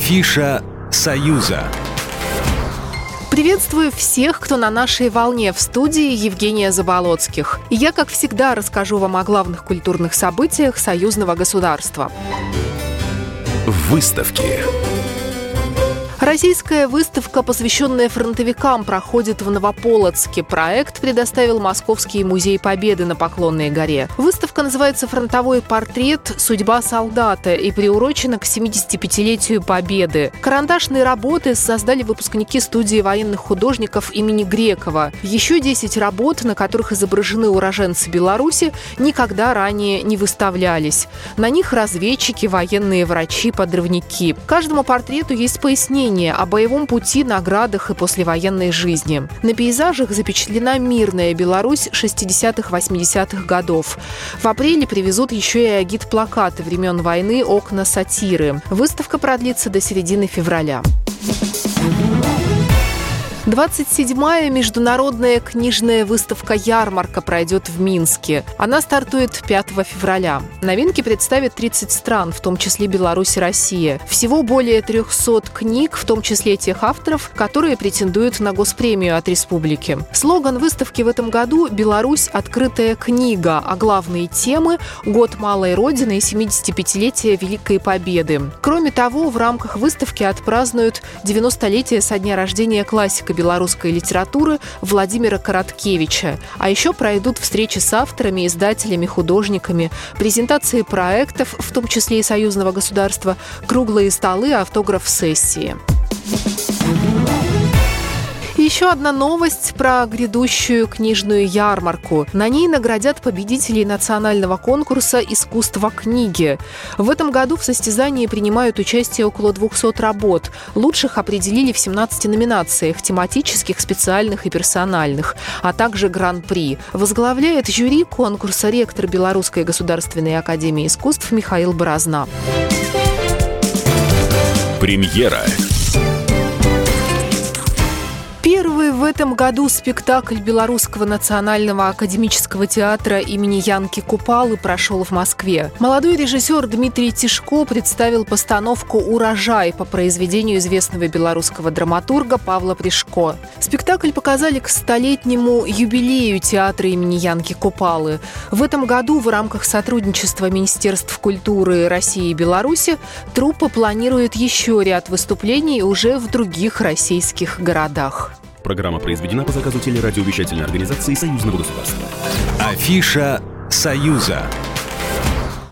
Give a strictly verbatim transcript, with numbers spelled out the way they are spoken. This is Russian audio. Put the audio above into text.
Афиша «Союза». Приветствую всех, кто на нашей волне. В студии Евгения Заболоцких. И я, как всегда, расскажу вам о главных культурных событиях союзного государства. Выставки. Российская выставка, посвященная фронтовикам, проходит в Новополоцке. Проект предоставил Московский музей Победы на Поклонной горе. Выставка называется «Фронтовой портрет. Судьба солдата» и приурочена к семидесятипятилетию Победы. Карандашные работы создали выпускники студии военных художников имени Грекова. Еще десять работ, на которых изображены уроженцы Беларуси, никогда ранее не выставлялись. На них разведчики, военные врачи, подрывники. Каждому портрету есть пояснение о боевом пути, наградах и послевоенной жизни. На пейзажах запечатлена мирная Беларусь шестидесятых-восьмидесятых годов. В апреле привезут еще и агитплакаты времен войны «Окна сатиры». Выставка продлится до середины февраля. двадцать седьмая международная книжная выставка-ярмарка пройдет в Минске. Она стартует пятого февраля. Новинки представят тридцать стран, в том числе Беларусь и Россия. Всего более трехсот книг, в том числе тех авторов, которые претендуют на госпремию от республики. Слоган выставки в этом году «Беларусь. Открытая книга», а главные темы – «Год малой Родины» и семидесятипятилетие Великой Победы. Кроме того, в рамках выставки отпразднуют девяностолетие со дня рождения классика белорусской литературы Владимира Короткевича. А еще пройдут встречи с авторами, издателями, художниками, презентации проектов, в том числе и союзного государства, круглые столы, автограф-сессии. Еще одна новость про грядущую книжную ярмарку. На ней наградят победителей национального конкурса «Искусство книги». В этом году в состязании принимают участие около двухсот работ. Лучших определили в семнадцати номинациях – тематических, специальных и персональных, а также гран-при. Возглавляет жюри конкурса ректор Белорусской государственной академии искусств Михаил Борозна. Премьера. Первый в этом году спектакль Белорусского национального академического театра имени Янки Купалы прошел в Москве. Молодой режиссер Дмитрий Тишко представил постановку «Урожай» по произведению известного белорусского драматурга Павла Пришко. Спектакль показали к столетнему юбилею театра имени Янки Купалы. В этом году в рамках сотрудничества Министерств культуры России и Беларуси труппа планирует еще ряд выступлений уже в других российских городах. Программа произведена по заказу телерадиовещательной организации Союзного государства. Афиша «Союза».